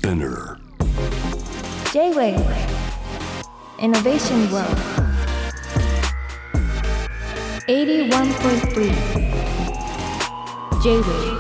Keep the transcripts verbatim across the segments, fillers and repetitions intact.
Spinner J-Wave Innovation World エイティワンポイントスリー J-Wave。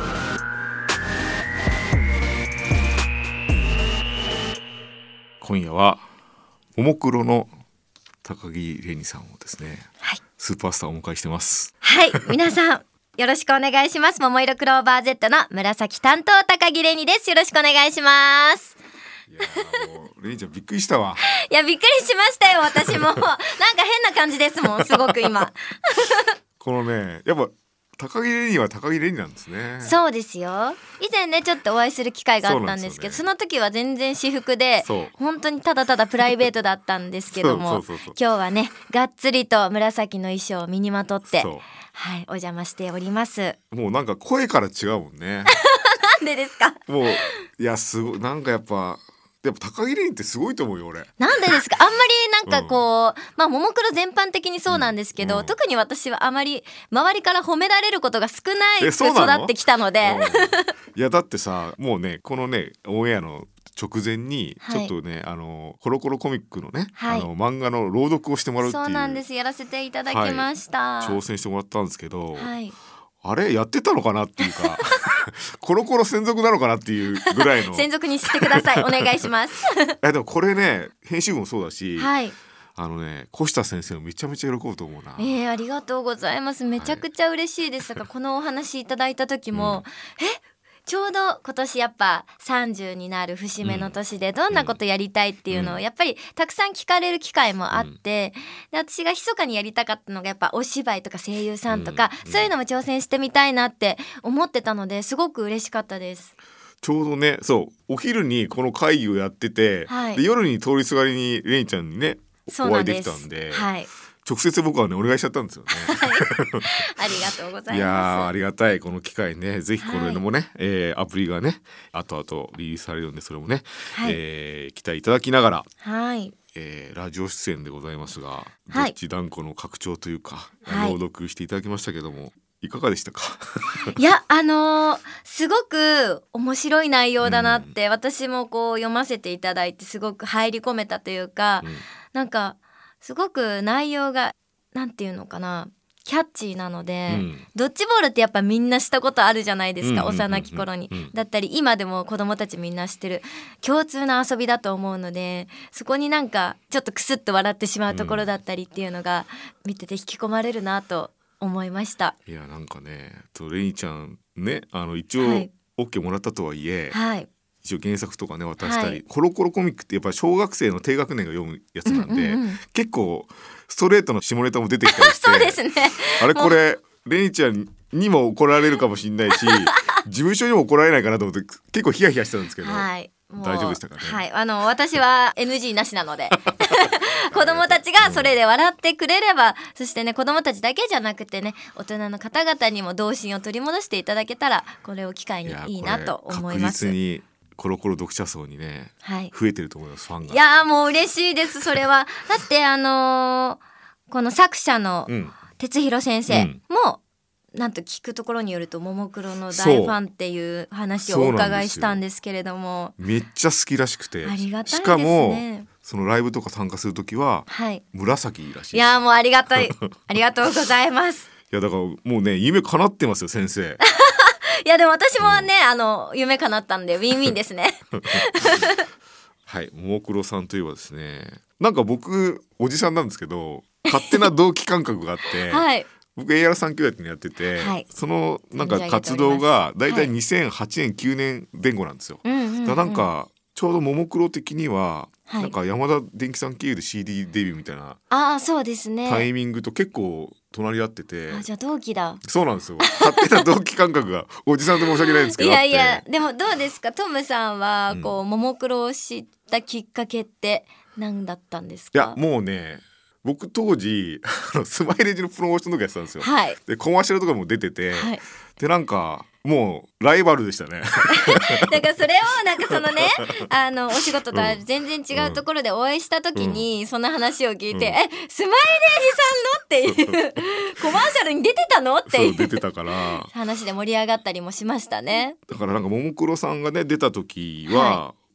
今夜はももクロの高木玲二さんをですね、 はい、 スーパースターをお迎えしてます。 はい、皆さんよろしくお願いします。桃色クローバー Z の紫担当高木玲二です。よろしくお願いします。 いやもうレイちゃんびっくりしたわ。 いやびっくりしましたよ。私もなんか変な感じですもん、すごく今このね、やっぱ高木玲二は高木玲二なんですね。 そうですよ。以前ねちょっとお会いする機会があったんですけど、 そ, ね、その時は全然私服で本当にただただプライベートだったんですけどもそうそうそうそう、今日はねがっつりと紫の衣装を身にまとってはい、お邪魔しております。 もうなんか声から違うもんねなんでですか。 もういやすごい、なんかやっぱやっぱ高木玲二ってすごいと思うよ俺。 なんでですか。あんまりなんかこう、うん、まあももクロ全般的にそうなんですけど、うん、特に私はあまり周りから褒められることが少ないく育ってきたので、 うん、いやだってさ、もうねこのねオンエアの直前にちょっとね、はい、あのコロコロコミックのね、はい、あの漫画の朗読をしてもらうっていう、 そうなんです、やらせていただきました、 はい、挑戦してもらったんですけど、 はい、 あれやってたのかなっていうかコロコロ専属なのかなっていうぐらいの専属にしてくださいお願いしますえでもこれね編集部もそうだし、 はい、あのね越田先生もめちゃめちゃ喜ぶと思うな。 えー、ありがとうございます。めちゃくちゃ嬉しいですが、はい、このお話いただいた時も、うん、えちょうど今年やっぱさんじゅうになる節目の年でどんなことやりたいっていうのをやっぱりたくさん聞かれる機会もあって、で私が密かにやりたかったのがやっぱお芝居とか声優さんとか、そういうのも挑戦してみたいなって思ってたのですごく嬉しかったです。 ちょうどね、そうお昼にこの会議をやってて、はい、で夜に通りすがりにレイちゃんにねお会いできたんで、はい、直接僕はねお願いしちゃったんですよねありがとうございます。 いやありがたいこの機会ね、ぜひこれもね、はい、えー、アプリがね後々リリースされるんで、それもね、はい、えー、期待いただきながら、 はい、 えー、ラジオ出演でございますが、 はい、 どっち断固の拡張というか、 はい、 朗読していただきましたけどもいかがでしたかいやあのー、すごく面白い内容だなって、うん、私もこう読ませていただいてすごく入り込めたというか、うん、なんかすごく内容がなんていうのかな、キャッチーなので、うん、ドッジボールってやっぱみんなしたことあるじゃないですか、うんうんうんうん、幼き頃に、うん、だったり今でも子供たちみんな知ってる共通な遊びだと思うので、そこになんかちょっとクスッと笑ってしまうところだったりっていうのが見てて引き込まれるなと思いました。 いやなんかねとレイちゃんね、あの一応 OK もらったとはいえ、 はい、 一応原作とかね渡したり、はい、コロコロコミックってやっぱり小学生の低学年が読むやつなんで、うんうんうん、結構ストレートの下ネタも出てきたりしてそうですね、 あれこれレイちゃんにも怒られるかもしれないし事務所にも怒られないかなと思って結構ヒヤヒヤしてたんですけど、はい、大丈夫でしたかね。 はい、あの私は エヌジー なしなので子供たちがそれで笑ってくれれば、そしてね子供たちだけじゃなくてね大人の方々にも童心を取り戻していただけたらこれを機会にいいなと思います。 確実にコロコロ読者層にね、はい、増えてると思います、ファンが。 いやもう嬉しいですそれはだってあのー、この作者の哲弘先生も、うん、なんと聞くところによるとももクロの大ファンっていう話をお伺いしたんですけれども、 めっちゃ好きらしくて、 ありがたいですね。 しかもそのライブとか参加するときは、はい、紫らしい。 いやもうありがたいありがとうございますいやだからもうね夢叶ってますよ先生いやでも私もね、うん、あの夢叶ったんでウィンウィンですねはい、ももクロさんといえばですね、なんか僕おじさんなんですけど勝手な同期感覚があって、はい、僕 エーアール 三兄弟ってのやってて、はい、そのなんか活動がだいたいにせんはちねん、きゅうねん前後なんですよ、はい、だからなんかちょうどももクロ的には、はい、なんか山田電機さん経由で シーディー デビューみたいなあそうですねタイミングと結構隣り合ってて、 あじゃあ同期だ。 そうなんですよ勝手な同期感覚がおじさんと申し訳ないんですけどいやいやでもどうですかトムさんはこう、うん、ももクロを知ったきっかけって何だったんですか。 いやもうね僕当時スマイレージのプロモーションとかやってたんですよ、 はい、 でコマーシャルとかも出てて、はい、でなんかもうライバルでしたねだからそれをなんかそのねあのお仕事とは全然違うところでお会いした時に、うん、その話を聞いて、うん、えスマイレージさんのっていうコマーシャルに出てたのっていうそう出てたから話で盛り上がったりもしましたね。 だからなんかももクロさんがね出た時は、はい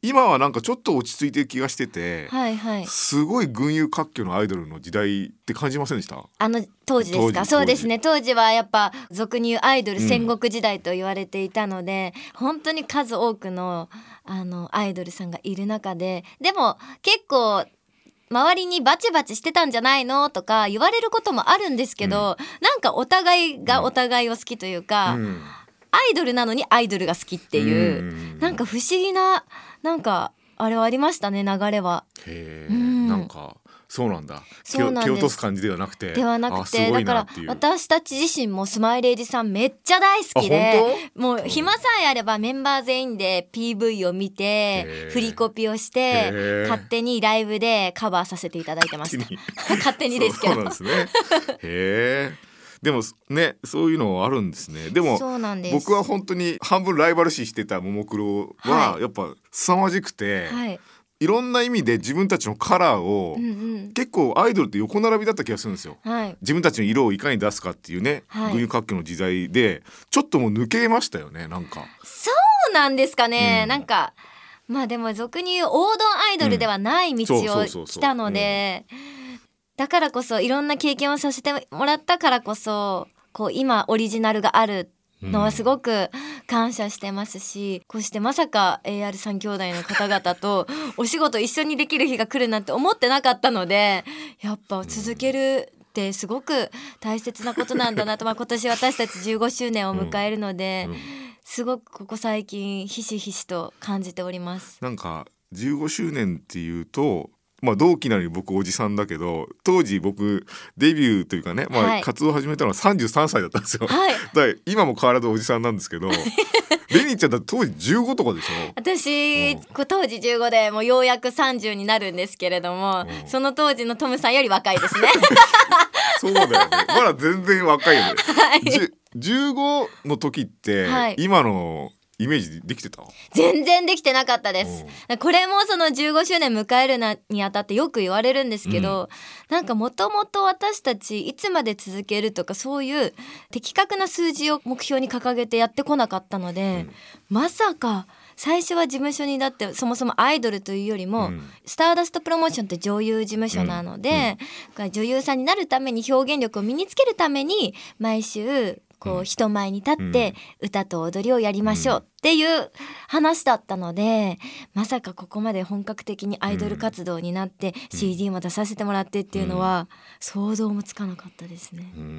今はなんかちょっと落ち着いてる気がしてて、 はいはい、 すごい群雄割拠のアイドルの時代って感じませんでした？ あの当時ですか？そうですね、当時はやっぱ俗に言うアイドル戦国時代と言われていたので、うん、本当に数多くのあのアイドルさんがいる中で、でも結構周りにバチバチしてたんじゃないのとか言われることもあるんですけど、うん、なんかお互いがお互いを好きというか、うん、アイドルなのにアイドルが好きっていう、うん、なんか不思議ななんかあれはありましたね、流れは。 へー、うん、なんかそうなんだ。 そうなんです。 蹴落とす感じではなくてではなくて、だから私たち自身もスマイレージさんめっちゃ大好きで、もう暇さえあればメンバー全員で ピーブイ を見て振りコピをして勝手にライブでカバーさせていただいてました勝手にですけど。 そうなんですね。へー、でもね、そういうのあるんですね。でもそうなんです。 僕は本当に半分ライバル視してたももクロはやっぱ凄まじくて、はい、いろんな意味で自分たちのカラーを、うんうん、結構アイドルって横並びだった気がするんですよ、はい、自分たちの色をいかに出すかっていうね、はい、群雄割拠の時代でちょっともう抜けましたよね。なんかそうなんですかね、うん、なんかまあでも俗に言う王道アイドルではない道を来たので、だからこそいろんな経験をさせてもらったからこそこう今オリジナルがあるのはすごく感謝してますし、こうしてまさか エーアール 三兄弟の方々とお仕事一緒にできる日が来るなんて思ってなかったので、やっぱ続けるってすごく大切なことなんだなと、まあ、今年私たちじゅうごしゅうねんを迎えるので、すごくここ最近ひしひしと感じております。 なんかじゅうごしゅうねんっていうと、まあ、同期なのに僕おじさんだけど、当時僕デビューというかね、まあ、活動を始めたのはさんじゅうさんさいだったんですよ、はい、だから今も変わらずおじさんなんですけどレニーちゃんだって当時じゅうごとかでしょ？ 私、うん、当時じゅうごでもうようやくさんじゅうになるんですけれども、うん、その当時のトムさんより若いですねそうだよね、まだ全然若いよね、はい、じゅうごの時って、はい、今のイメージできてた？ 全然できてなかったです。これもそのじゅうごしゅうねん迎えるなにあたってよく言われるんですけど、うん、なんかもともと私たちいつまで続けるとかそういう的確な数字を目標に掲げてやってこなかったので、うん、まさか最初は事務所にだってそもそもアイドルというよりも、うん、スターダストプロモーションって女優事務所なので、うんうん、女優さんになるために表現力を身につけるために毎週こう人前に立って歌と踊りをやりましょうっていう話だったので、まさかここまで本格的にアイドル活動になって シーディー も出させてもらってっていうのは想像もつかなかったですね。 うん、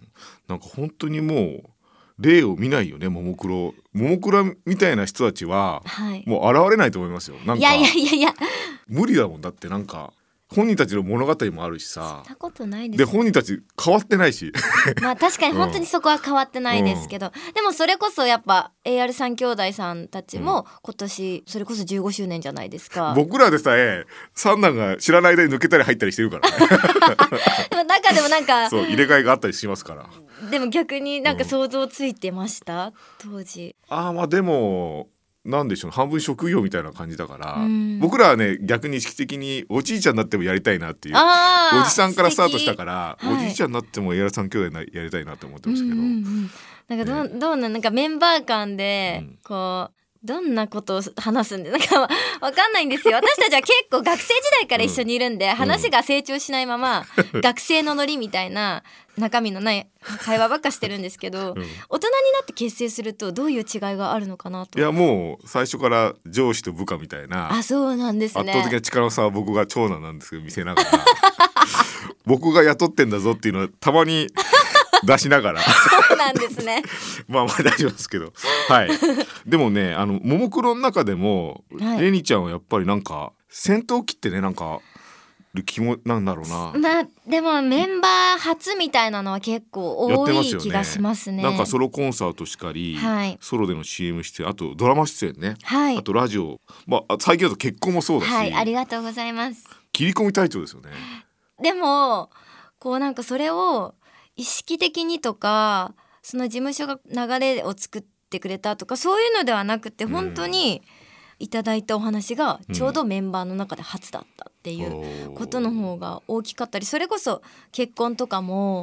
なんか本当にもう例を見ないよね、ももクロ。ももクロみたいな人たちはもう現れないと思いますよ。なんかいやいやいやいや無理だもん。だってなんか本人たちの物語もあるしさ。 そんなことないです。 で本人たち変わってないしまあ確かに本当にそこは変わってないですけど、うん、でもそれこそやっぱ エーアール 三兄弟さんたちも今年それこそじゅうごしゅうねんじゃないですか。 僕らでさえ三男が知らない間に抜けたり入ったりしてるからねでも中でもなんかそう入れ替えがあったりしますから。 でも逆になんか想像ついてました、うん、当時。 ああまあでもなんでしょう、半分職業みたいな感じだから、うん、僕らはね逆に意識的におじいちゃんになってもやりたいなっていう、おじさんからスタートしたから、はい、おじいちゃんになってもエーアール三兄弟やりたいなって思ってましたけど、うんうんうん、 なんか ど, どうななんかメンバー間でこう、うんどんなことを話すんでなんかわかんないんですよ。私たちは結構学生時代から一緒にいるんで、うん、話が成長しないまま、うん、学生のノリみたいな中身のない会話ばっかしてるんですけど、うん、大人になって結成するとどういう違いがあるのかなと。 いやもう最初から上司と部下みたいな。 あ、そうなんですね。 圧倒的な力の差は僕が長男なんですけど見せながら僕が雇ってんだぞっていうのはたまに出しながらそうなんですねまあまあ大丈夫ですけど、はい、でもねあのももクロの中でも、はい、レニちゃんはやっぱりなんか先頭切ってねなんか気もなんだろうな、 まあ、でもメンバー初みたいなのは結構多い気がしますね。 なんかソロコンサートしかり、はい、ソロでの シーエム 出演、あとドラマ出演ね、はい、あとラジオ、まあ、最近だと結婚もそうだし、 はい、ありがとうございます。 切り込み隊長ですよね。 でもこうなんかそれを意識的にとかその事務所が流れを作ってくれたとかそういうのではなくて、本当にいただいたお話がちょうどメンバーの中で初だったっていうことの方が大きかったり、それこそ結婚とかも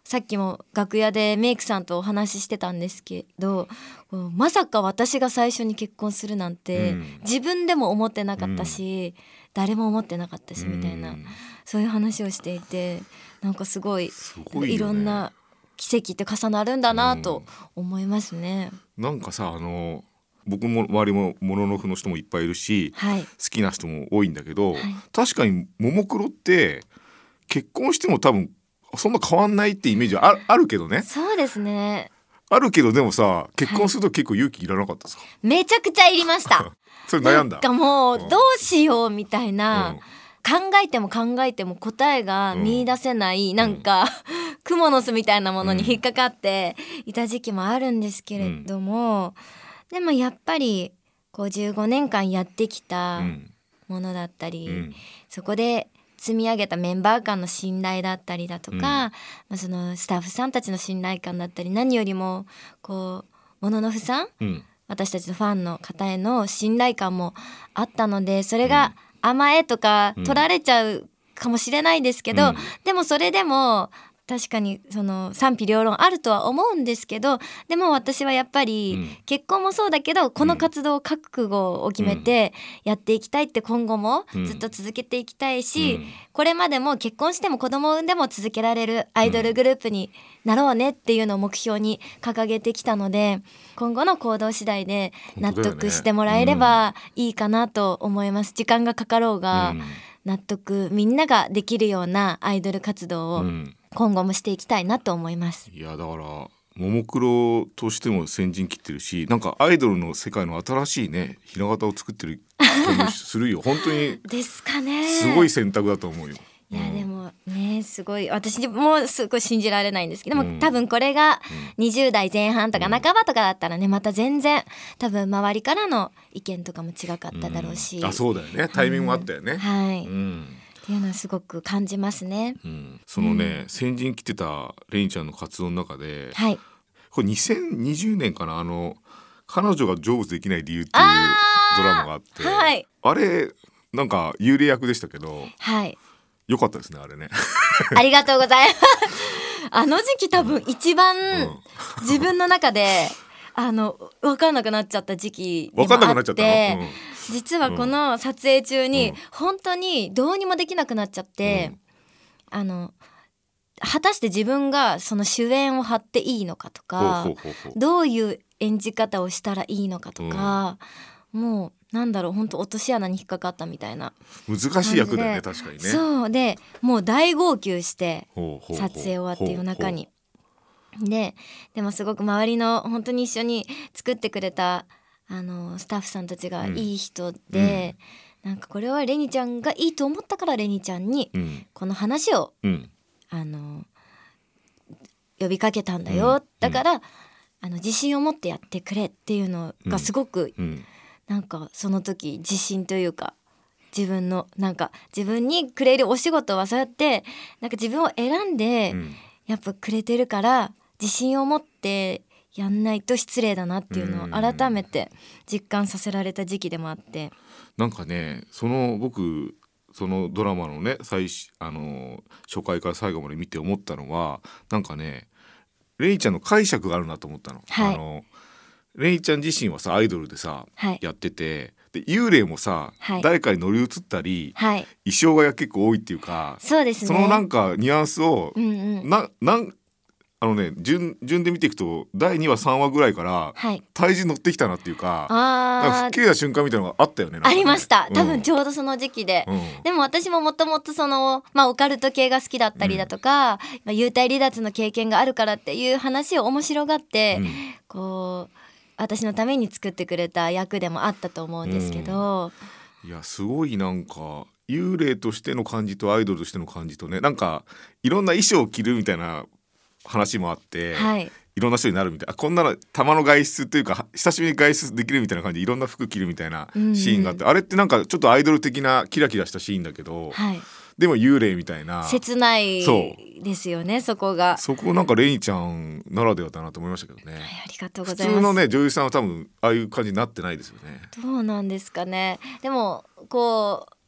さっきも楽屋でメイクさんとお話ししてたんですけど、まさか私が最初に結婚するなんて、うん、自分でも思ってなかったし、うん、誰も思ってなかったしみたいな、うん、そういう話をしていて、なんかすごい、すごいよね、いろんな奇跡って重なるんだなと思いますね、 うん、なんかさ、あの僕も周りもモノノフの人もいっぱいいるし、はい、好きな人も多いんだけど、はい、確かにももクロって結婚しても多分そんな変わんないってイメージは あ, あるけどね。 そうですね、 あるけど、でもさ、結婚すると結構勇気いらなかったですか？はい、めちゃくちゃいりましたそれ悩んだ。 なんかもうどうしようみたいな、うん、考えても考えても答えが見出せない、うん、なんか、うん、クモの巣みたいなものに引っかかっていた時期もあるんですけれども、うんでもやっぱりこうじゅうごねんかんやってきたものだったり、うん、そこで積み上げたメンバー間の信頼だったりだとか、うんまあ、そのスタッフさんたちの信頼感だったり、何よりもこうモノノフさん、うん、私たちのファンの方への信頼感もあったので、それが甘えとか取られちゃうかもしれないですけど、うん、でもそれでも確かにその賛否両論あるとは思うんですけど、でも私はやっぱり、うん、結婚もそうだけどこの活動を覚悟を決めてやっていきたいって、今後もずっと続けていきたいし、うん、これまでも結婚しても子供を産んでも続けられるアイドルグループになろうねっていうのを目標に掲げてきたので、今後の行動次第で納得してもらえればいいかなと思います。時間がかかろうが、うん、納得みんなができるようなアイドル活動を、うん今後もしていきたいなと思います。 いやだからももクロとしても先陣切ってるし、なんかアイドルの世界の新しいねひな形を作ってる気もするよ本当にですかね。 すごい選択だと思うよ。 いや、うん、でもねすごい、私もすごい信じられないんですけども、うん、多分これがにじゅう代前半とか半ばとかだったらね、また全然多分周りからの意見とかも違かっただろうし、 うん、あそうだよね、タイミングもあったよね、 うん、はい、うんっていうのはすごく感じますね、 うん、そのね、うん、先陣切ってたレインちゃんの活動の中で、はい、これにせんにじゅうねんかな、あの彼女が成仏できない理由っていうドラマがあって、はい、あれなんか幽霊役でしたけど、はい、よかったですねあれねありがとうございますあの時期多分一番自分の中であの分かんなくなっちゃった時期でもあって、分かんなくなっちゃったの、うん実はこの撮影中に本当にどうにもできなくなっちゃって、うん、あの果たして自分がその主演を張っていいのかとか、どういう演じ方をしたらいいのかとか、うん、もうなんだろう本当落とし穴に引っかかったみたいな難しい役だよね確かにね。 そうでもう大号泣して撮影終わって夜中にででもすごく周りの本当に一緒に作ってくれたあのスタッフさんたちがいい人で、うん、なんかこれはレニちゃんがいいと思ったからレニちゃんにこの話を、うん、あの呼びかけたんだよ、うん、だから、うん、あの自信を持ってやってくれっていうのがすごく、うん、なんかその時自信というか自分のなんか自分にくれるお仕事はそうやってなんか自分を選んで、うん、やっぱくれてるから自信を持ってやんないと失礼だなっていうのを改めて実感させられた時期でもあって、 なんかねその僕そのドラマのね最あの初回から最後まで見て思ったのはなんかねレイちゃんの解釈があるなと思ったの、はい、あのレイちゃん自身はさアイドルでさ、はい、やっててで幽霊もさ、はい、誰かに乗り移ったり、はい、衣装が結構多いっていうかそうですね、 そのなんかニュアンスを、うんうん、ななんあのね、順, 順で見ていくとだいにわさんわぐらいから体重乗ってきたなっていうか、はい、なんか吹っ切れた瞬間みたいなのがあったよ ね, ねありました、うん、多分ちょうどその時期で、うん、でも私ももともとその、まあ、オカルト系が好きだったりだとか、うんまあ、幽体離脱の経験があるからっていう話を面白がって、うん、こう私のために作ってくれた役でもあったと思うんですけど、 うん、いやすごいなんか幽霊としての感じとアイドルとしての感じとねなんかいろんな衣装を着るみたいな話もあって、はい、いろんな人になるみたいなこんなのたまの外出というか久しぶりに外出できるみたいな感じでいろんな服着るみたいなシーンがあって、うんうん、あれってなんかちょっとアイドル的なキラキラしたシーンだけど、はい、でも幽霊みたいな切ないですよね。 そ, そこがそこなんかレイちゃんならではだなと思いましたけどね、 はい、ありがとうございます。 普通のね女優さんは多分ああいう感じになってないですよね。 どうなんですかね。でもこう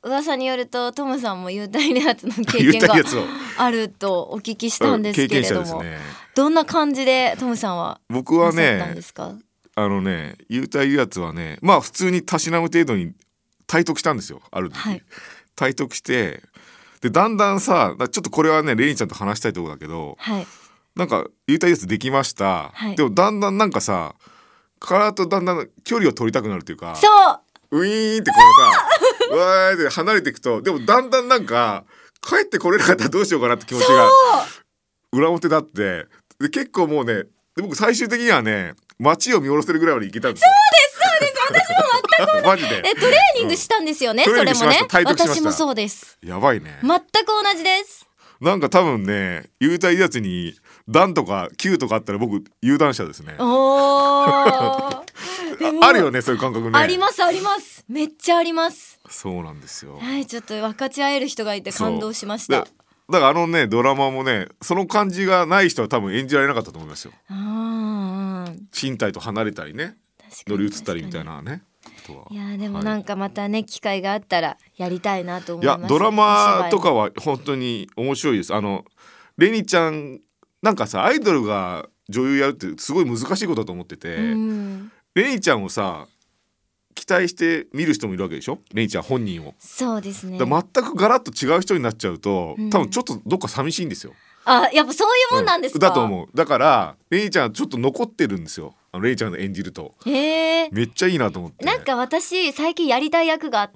噂によるとトムさんも幽体離脱の経験があるとお聞きしたんですけれども、ね、どんな感じでトムさんは僕はねなさったんですか？ あのね幽体離脱はねまあ普通にたしなむ程度に体得したんですよある時、はい、体得してでだんだんさちょっとこれはねレイニちゃんと話したいところだけど、はい、なんか幽体離脱できました、はい、でもだんだんなんかさ体とだんだん距離を取りたくなるっていうかそうウィーンってこうさわーって離れていくとでもだんだんなんか帰ってこれなかったらどうしようかなって気持ちが裏表だってで結構もうねで僕最終的にはね街を見下ろせるぐらいまで行けたんですよ。 そうですそうです私も全くマジでえトレーニングしたんですよね、うん、それもね私もそうです。 やばいね全く同じです。 なんか多分ね幽体離脱に段とか級とかあったら僕有段者ですね。 おあるよねそういう感覚ね。 ありますありますめっちゃあります。 そうなんですよ。 はいちょっと分かち合える人がいて感動しました。 だからあのねドラマもねその感じがない人は多分演じられなかったと思いますよ。あ身体と離れたりね乗り移ったりみたいなね。 いやでもなんかまたね、はい、機会があったらやりたいなと思います。 いやドラマとかは本当に面白いです。あのレニちゃんなんかさアイドルが女優やるってすごい難しいことだと思ってて、うん、レニちゃんをさ期待して見る人もいるわけでしょレニちゃん本人を。 そうですね。 だ全くガラッと違う人になっちゃうと、うん、多分ちょっとどっか寂しいんですよ。 あやっぱそういうもんなんですか、 うん、だと思う。だからレニちゃんちょっと残ってるんですよレイちゃんの演じると。へめっちゃいいなと思って。 なんか私最近やりたい役があって、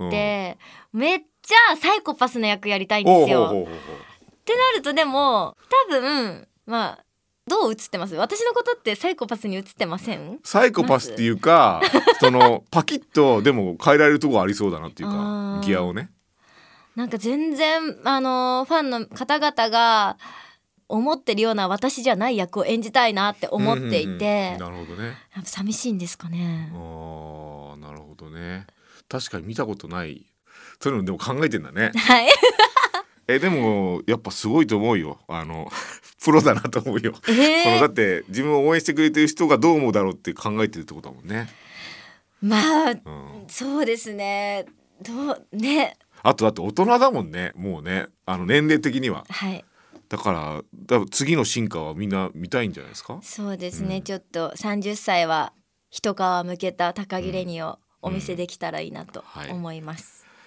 うん、めっちゃサイコパスな役やりたいんですよ。ってなるとでも多分まあどう映ってます？私のことってサイコパスに映ってません？ サイコパスっていうかそのパキッとでも変えられるところありそうだなっていうかギアをね。 なんか全然あのファンの方々が思ってるような私じゃない役を演じたいなって思っていて、 うんうんうん、なるほどね。 やっぱ寂しいんですかね。 あなるほどね。確かに見たことないそういうのでも考えてんだね。 はいえでもやっぱすごいと思うよあのプロだなと思うよ、えー、このだって自分を応援してくれてる人がどう思うだろうって考えてるってことだもんね。 まあ、うん、そうですねどうねあとだって大人だもんねもうねあの年齢的には、 はい、 だからだ次の進化はみんな見たいんじゃないですか。 そうですね、うん、ちょっとさんじゅっさいは一皮向けた高木レニをお見せできたらいいなと思います、うんうんはい、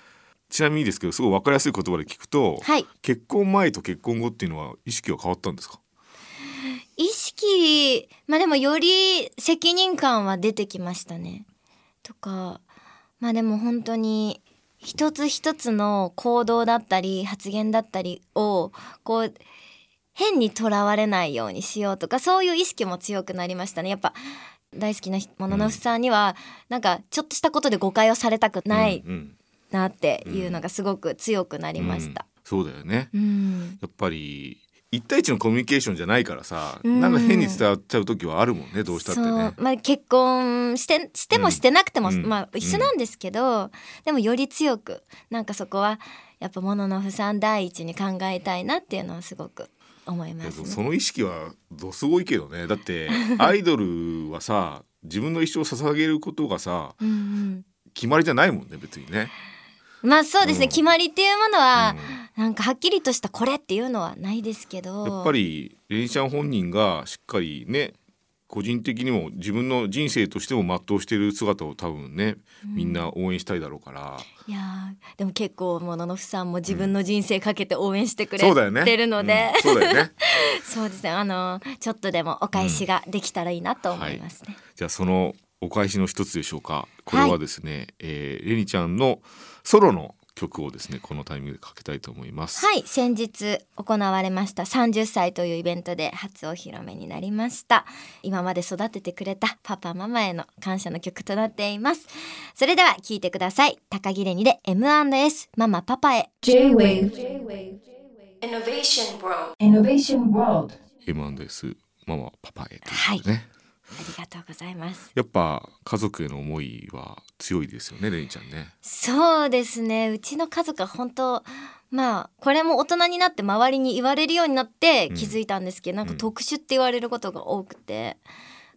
ちなみにですけどすごい分かりやすい言葉で聞くと、はい、結婚前と結婚後っていうのは意識は変わったんですか？ 意識まあでもより責任感は出てきましたねとかまあでも本当に一つ一つの行動だったり発言だったりをこう変にとらわれないようにしようとかそういう意識も強くなりましたね。やっぱ大好きなもののふさんには、うん、なんかちょっとしたことで誤解をされたくないなっていうのがすごく強くなりました、 うんうん、そうだよね、うん、やっぱり一対一のコミュニケーションじゃないからさ、うん、なんか変に伝わっちゃう時はあるもんねどうしたってね。 そう、まあ、結婚してしてもしてなくても、うんまあ、一緒なんですけど、うん、でもより強くなんかそこはやっぱもののふさん第一に考えたいなっていうのはすごく思いますね。 その意識はどすごいけどね。だってアイドルはさ自分の一生を捧げることがさうん、うん、決まりじゃないもんね別にね。 まあそうですね、うん、決まりっていうものは、うん、なんかはっきりとしたこれっていうのはないですけどやっぱりレニちゃん本人がしっかりね個人的にも自分の人生としても全うしている姿を多分ね、うん、みんな応援したいだろうから。 いやでも結構もののふさんも自分の人生かけて応援してくれてるので、 そうだよねそうですねあのちょっとでもお返しができたらいいなと思いますね、うんはい、 じゃあそのお返しの一つでしょうか。これはですね、はいえー、レニちゃんのソロの曲をですねこのタイミングでかけたいと思います。 はい先日行われましたさんじゅっさいというイベントで初お披露目になりました。今まで育ててくれたパパママへの感謝の曲となっています。それでは聴いてください。高木レニで エムアンドエス ママパパへ J-Wave Innovation World Innovation World エムアンドエス ママパパへということでね、はいありがとうございます。 やっぱ家族への思いは強いですよねレニちゃんね。 そうですねうちの家族は本当まあこれも大人になって周りに言われるようになって気づいたんですけど、うん、なんか特殊って言われることが多くて、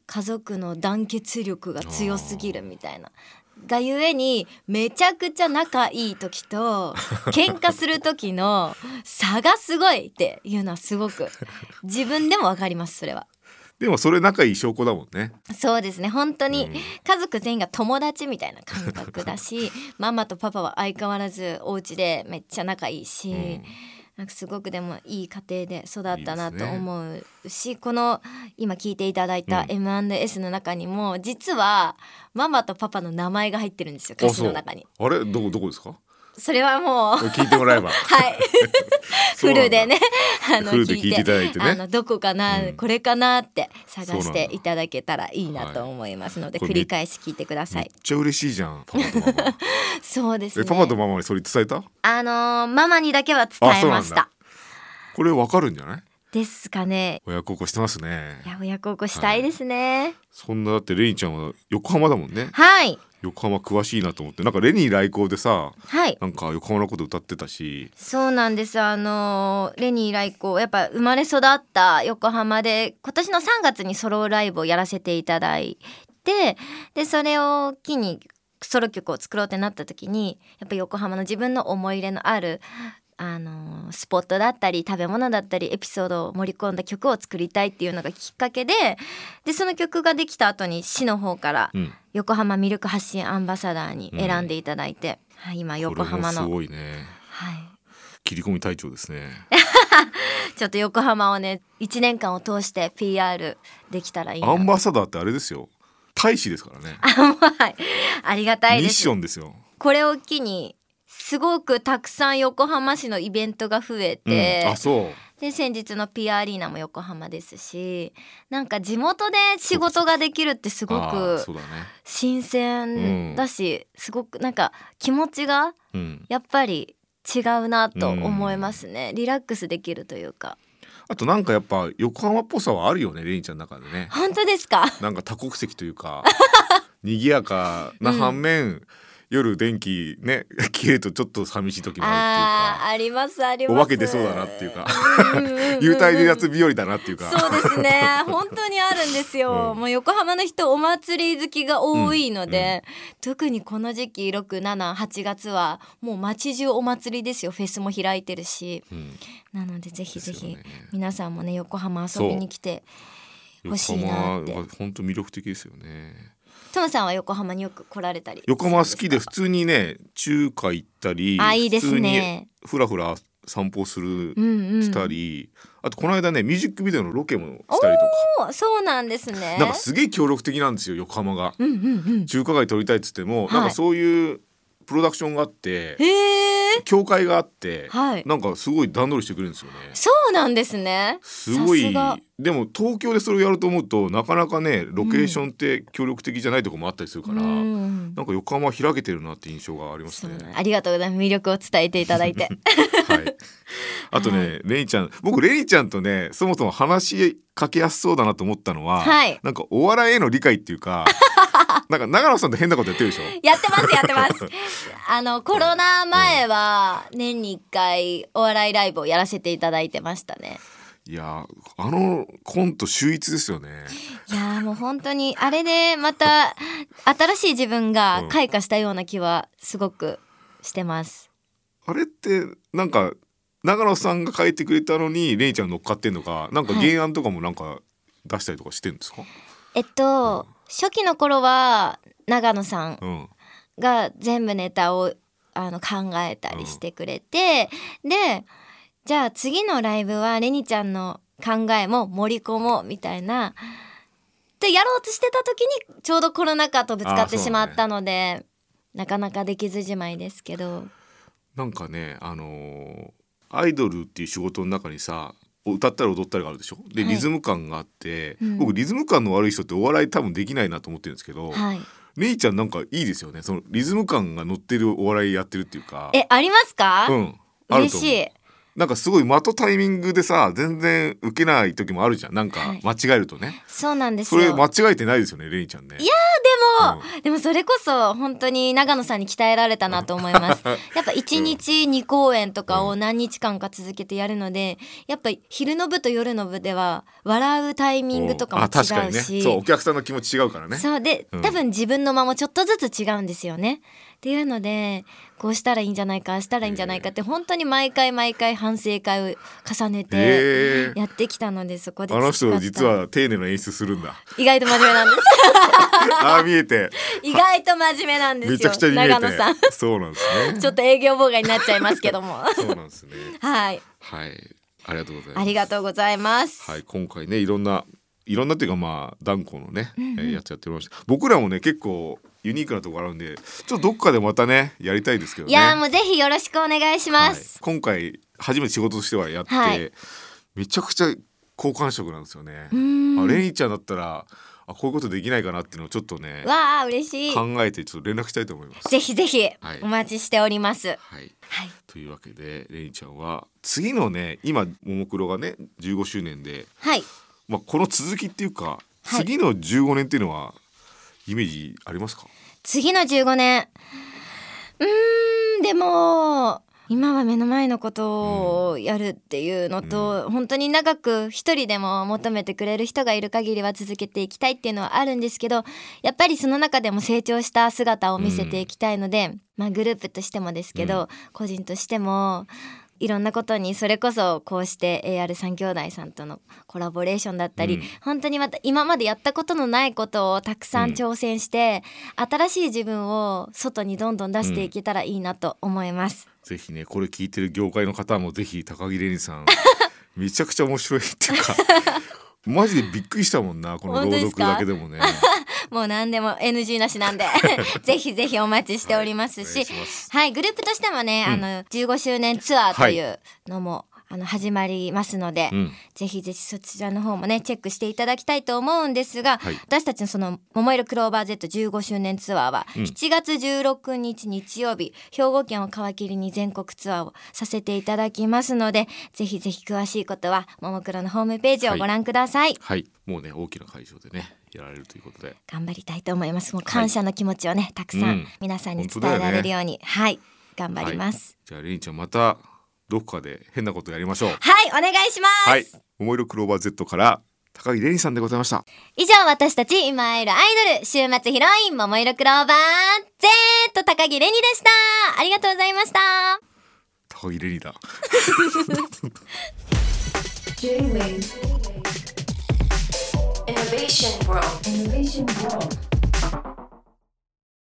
家族の団結力が強すぎるみたいながゆえにめちゃくちゃ仲いい時と喧嘩する時の差がすごいっていうのはすごく自分でもわかります。それはでもそれ仲いい証拠だもんね。 そうですね、本当に家族全員が友達みたいな感覚だしママとパパは相変わらずお家でめっちゃ仲いいし、うん、なんかすごくでもいい家庭で育ったなと思うし、いいですね、この今聞いていただいた エムアンドエス の中にも実はママとパパの名前が入ってるんですよ、歌詞の中に。 あれどこどこですか？ それはもう聞いてもらえばはいフルでねあのフルで聞いていただいてね、 あのどこかな、うん、これかなって探していただけたらいいなと思いますので、はい、繰り返し聞いてください。 めっちゃ嬉しいじゃんパパとママそうですね。 えパパとママにそれ伝えた？あのー、ママにだけは伝えました。 これわかるんじゃないですかね。 親孝行してますね。 いや親孝行したいですね、はい、 そんなだってレニちゃんは横浜だもんね。 はい、 横浜詳しいなと思って、なんかレニー来航でさ、 はい、 なんか横浜のこと歌ってたし。 そうなんです。あのレニー来航やっぱ生まれ育った横浜で今年のさんがつにソロライブをやらせていただいて、でそれを機にソロ曲を作ろうってなった時にやっぱ横浜の自分の思い入れのあるあのスポットだったり食べ物だったりエピソードを盛り込んだ曲を作りたいっていうのがきっかけで、でその曲ができた後に市の方から横浜ミルク発信アンバサダーに選んでいただいて、うん、はい、今横浜のこれもすごいね、はい、切り込み隊長ですねちょっと横浜をねいちねんかんを通して ピーアール できたらいいな。 アンバサダーってあれですよ、大使ですからねはい、ありがたいです。 ミッションですよ。 これを機にすごくたくさん横浜市のイベントが増えて、 うん、あそうで先日の ピーアール アリーナも横浜ですし、なんか地元で仕事ができるってすごく新鮮だし、すごくなんか気持ちがやっぱり違うなと思いますね、うん、リラックスできるというか。 あとなんかやっぱ横浜っぽさはあるよね、レニちゃんの中でね。 本当ですか？ なんか多国籍というか賑やかな反面、うん、夜電気ね消えるとちょっと寂しい時もあるっていうか。 あ、ありますあります。 お化け出そうだなっていうか幽体離脱日和だなっていうか。 そうですね本当にあるんですよ、うん、もう横浜の人お祭り好きが多いので、うんうん、特にこの時期ろく、しち、はちがつはもう街中お祭りですよ。フェスも開いてるし、うん、なのでぜひぜひ皆さんもね横浜遊びに来てほしいなって。 横浜は本当魅力的ですよね。 トムさんは横浜によく来られたり？ 横浜好きで普通にね中華行ったり、 あ、いいですね、 普通にふらふら散歩する、うんうん、したり、あとこの間ねミュージックビデオのロケもしたりとか。 そうなんですね。 なんかすげえ協力的なんですよ横浜が、 うんうんうん、 中華街撮りたいっつっても、はい、なんかそういうプロダクションがあって、 へー、 教会があって、 はい、 なんかすごい段取りしてくれるんですよね。 そうなんですね。 すごい。でも東京でそれをやると思うとなかなかねロケーションって協力的じゃないところもあったりするから、うん、なんか横浜は開けてるなって印象がありますね。 ありがとうございます。魅力を伝えていただいてはい、あとね、はい、レニちゃん、僕レニちゃんとねそもそも話しかけやすそうだなと思ったのは、はい、なんかお笑いへの理解っていうかなんか長野さんって変なことやってるでしょ。 やってますやってますあのコロナ前は年にいっかいお笑いライブをやらせていただいてましたね。 いやあのコント秀逸ですよね。 いやもう本当にあれでまた新しい自分が開花したような気はすごくしてます、 うん、あれってなんか長野さんが書いてくれたのにレイちゃん乗っかってんのか、なんか原案とかもなんか出したりとかしてんですか？はい、 えっと、うん、初期の頃は長野さんが全部ネタをあの考えたりしてくれて、うん、でじゃあ次のライブはレニちゃんの考えも盛り込もうみたいなでやろうとしてた時にちょうどコロナ禍とぶつかってしまったので、ね、なかなかできずじまいですけど。 なんかねあのー、アイドルっていう仕事の中にさ歌ったり踊ったりがあるでしょ。で、はい、リズム感があって、うん、僕リズム感の悪い人ってお笑い多分できないなと思ってるんですけど、はい、レイちゃんなんかいいですよね。そのリズム感が乗ってるお笑いやってるっていうか。 え、ありますか？ うん、あると思う。嬉しい。なんかすごい的タイミングでさ全然受けない時もあるじゃん。なんか間違えるとね、はい、 そうなんですよ。 それ間違えてないですよねレイちゃんね。 いやも、うん、でもそれこそ本当に長野さんに鍛えられたなと思いますやっぱいちにちに公演とかを何日間か続けてやるので、やっぱ昼の部と夜の部では笑うタイミングとかも違うし、 確かにね、そうお客さんの気持ち違うからね。 そうで、うん、多分自分の間もちょっとずつ違うんですよねっていうので、こうしたらいいんじゃないかああしたらいいんじゃないかって本当に毎回毎回反省会を重ねてやってきたので、そこであの人実は丁寧な演出するんだ。 意外と真面目なんですああ見えて意外と真面目なんですよ。 めちゃくちゃ見えて長野さんそうなんですね。 ちょっと営業妨害になっちゃいますけどもそうなんですねはいはいありがとうございます。 ありがとうございます。 はい、今回ねいろんないろんなっていうかまあ断固のね、うんうんえー、やつやってました。僕らもね結構ユニークなところあるんで、ちょっとどっかでまたねやりたいですけどね。 いやもうぜひよろしくお願いします、 はい、今回初めて仕事としてはやって、はい、めちゃくちゃ好感触なんですよね。あレニちゃんだったらあこういうことできないかなっていうのをちょっとねわあ嬉しい考えてちょっと連絡したいと思います。 ぜひぜひ、はい、お待ちしております。 はい、はい、というわけでレニちゃんは次のね今ももクロがねじゅうごしゅうねんで、 はいまあ、この続きっていうか、はい、次のじゅうごねんっていうのはイメージありますか？ 次のじゅうごねんうーんでも今は目の前のことをやるっていうのと、うん、本当に長く一人でも求めてくれる人がいる限りは続けていきたいっていうのはあるんですけど、やっぱりその中でも成長した姿を見せていきたいので、うん、まあグループとしてもですけど、うん、個人としてもいろんなことにそれこそこうして エーアール 三兄弟さんとのコラボレーションだったり、うん、本当にまた今までやったことのないことをたくさん挑戦して、うん、新しい自分を外にどんどん出していけたらいいなと思います、 うん、ぜひねこれ聞いてる業界の方もぜひ高木レニさんめちゃくちゃ面白いっていうかマジでびっくりしたもんなこの朗読だけでもねもう何でも エヌジー なしなんでぜひぜひお待ちしておりますし、はい、はい、グループとしてもね、うん、あのじゅうごしゅうねんツアーというのも、はいあの始まりますので、うん、ぜひぜひそちらの方もねチェックしていただきたいと思うんですが、はい、私たちのその桃色クローバー ゼットじゅうごしゅうねんツアーは、うん、しちがつじゅうろくにち日曜日兵庫県を皮切りに全国ツアーをさせていただきますので、ぜひぜひ詳しいことはももクロのホームページをご覧ください。 はい、はい、もうね大きな会場でねやられるということで頑張りたいと思います。もう感謝の気持ちをね、はい、たくさん皆さんに伝えられるように、うんね、はい頑張ります、 はい、じゃあレニちゃんまたどっかで変なことやりましょう。 はいお願いします。 はい桃色クローバー ゼット から高木レニさんでございました。 以上私たち今会えるアイドル週末ヒロイン桃色クローバー ゼット 高木レニでした。ありがとうございました。 高木レニだ J-Wave Innovation World Innovation World